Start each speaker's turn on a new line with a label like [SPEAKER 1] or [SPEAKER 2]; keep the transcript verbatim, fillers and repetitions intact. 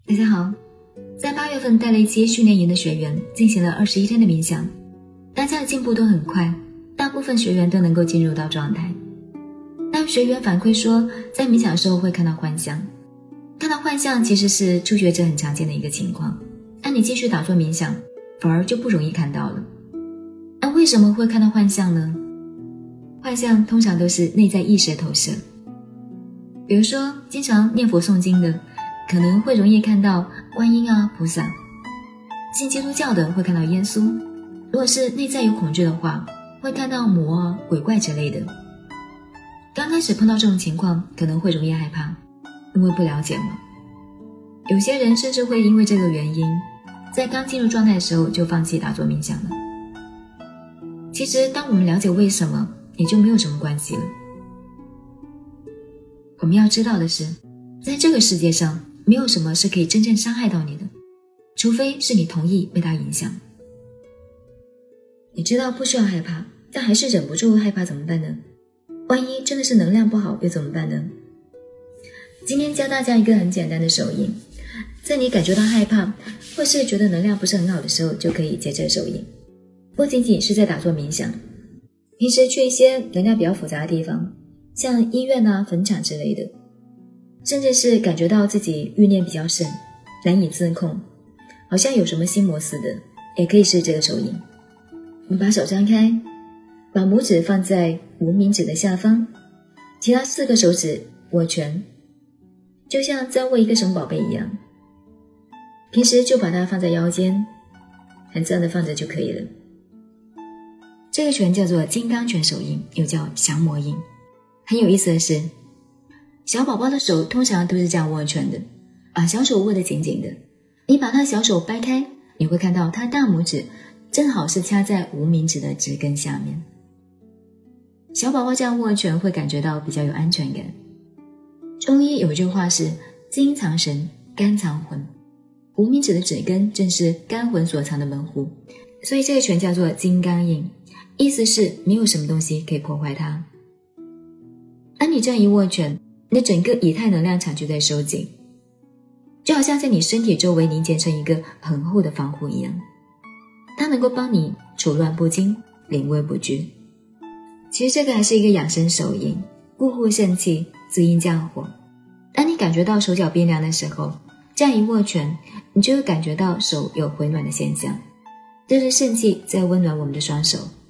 [SPEAKER 1] 大家好，在八月份带了一期训练营的学员进行了二十一天的冥想，大家的进步都很快，大部分学员都能够进入到状态。但学员反馈说，在冥想的时候会看到幻象，看到幻象其实是初学者很常见的一个情况，那你继续打坐冥想反而就不容易看到了。那为什么会看到幻象呢？幻象通常都是内在意识的投射，比如说经常念佛诵经的可能会容易看到观音啊、菩萨，信基督教的会看到耶稣，如果是内在有恐惧的话，会看到魔啊、鬼怪之类的。刚开始碰到这种情况可能会容易害怕，因为不了解嘛。有些人甚至会因为这个原因在刚进入状态的时候就放弃打坐冥想了。其实当我们了解为什么，也就没有什么关系了。我们要知道的是，在这个世界上没有什么是可以真正伤害到你的，除非是你同意被它影响。你知道不需要害怕，但还是忍不住害怕怎么办呢？万一真的是能量不好又怎么办呢？今天教大家一个很简单的手印，在你感觉到害怕或是觉得能量不是很好的时候，就可以接这个手印。不仅仅是在打坐冥想，平时去一些能量比较复杂的地方，像医院啊、坟场之类的，甚至是感觉到自己欲念比较盛，难以自控，好像有什么心魔似的，也可以是这个手印。你把手张开，把拇指放在无名指的下方，其他四个手指握拳，就像在握一个什么宝贝一样。平时就把它放在腰间，很自然的放着就可以了。这个拳叫做金刚拳手印，又叫降魔印。很有意思的是，小宝宝的手通常都是这样握拳的，把小手握得紧紧的。你把他小手掰开，你会看到他大拇指正好是掐在无名指的指根下面。小宝宝这样握拳会感觉到比较有安全感。中医有一句话是精藏神，肝藏魂，无名指的指根正是肝魂所藏的门户，所以这个拳叫做金刚印，意思是没有什么东西可以破坏它。当你这样一握拳，你的整个以太能量场就在收紧，就好像在你身体周围凝结成一个很厚的防护一样，它能够帮你处乱不惊，临危不惧。其实这个还是一个养生手印，固护肾气，滋阴降火。当你感觉到手脚冰凉的时候，这样一握拳，你就会感觉到手有回暖的现象，这是肾气在温暖我们的双手。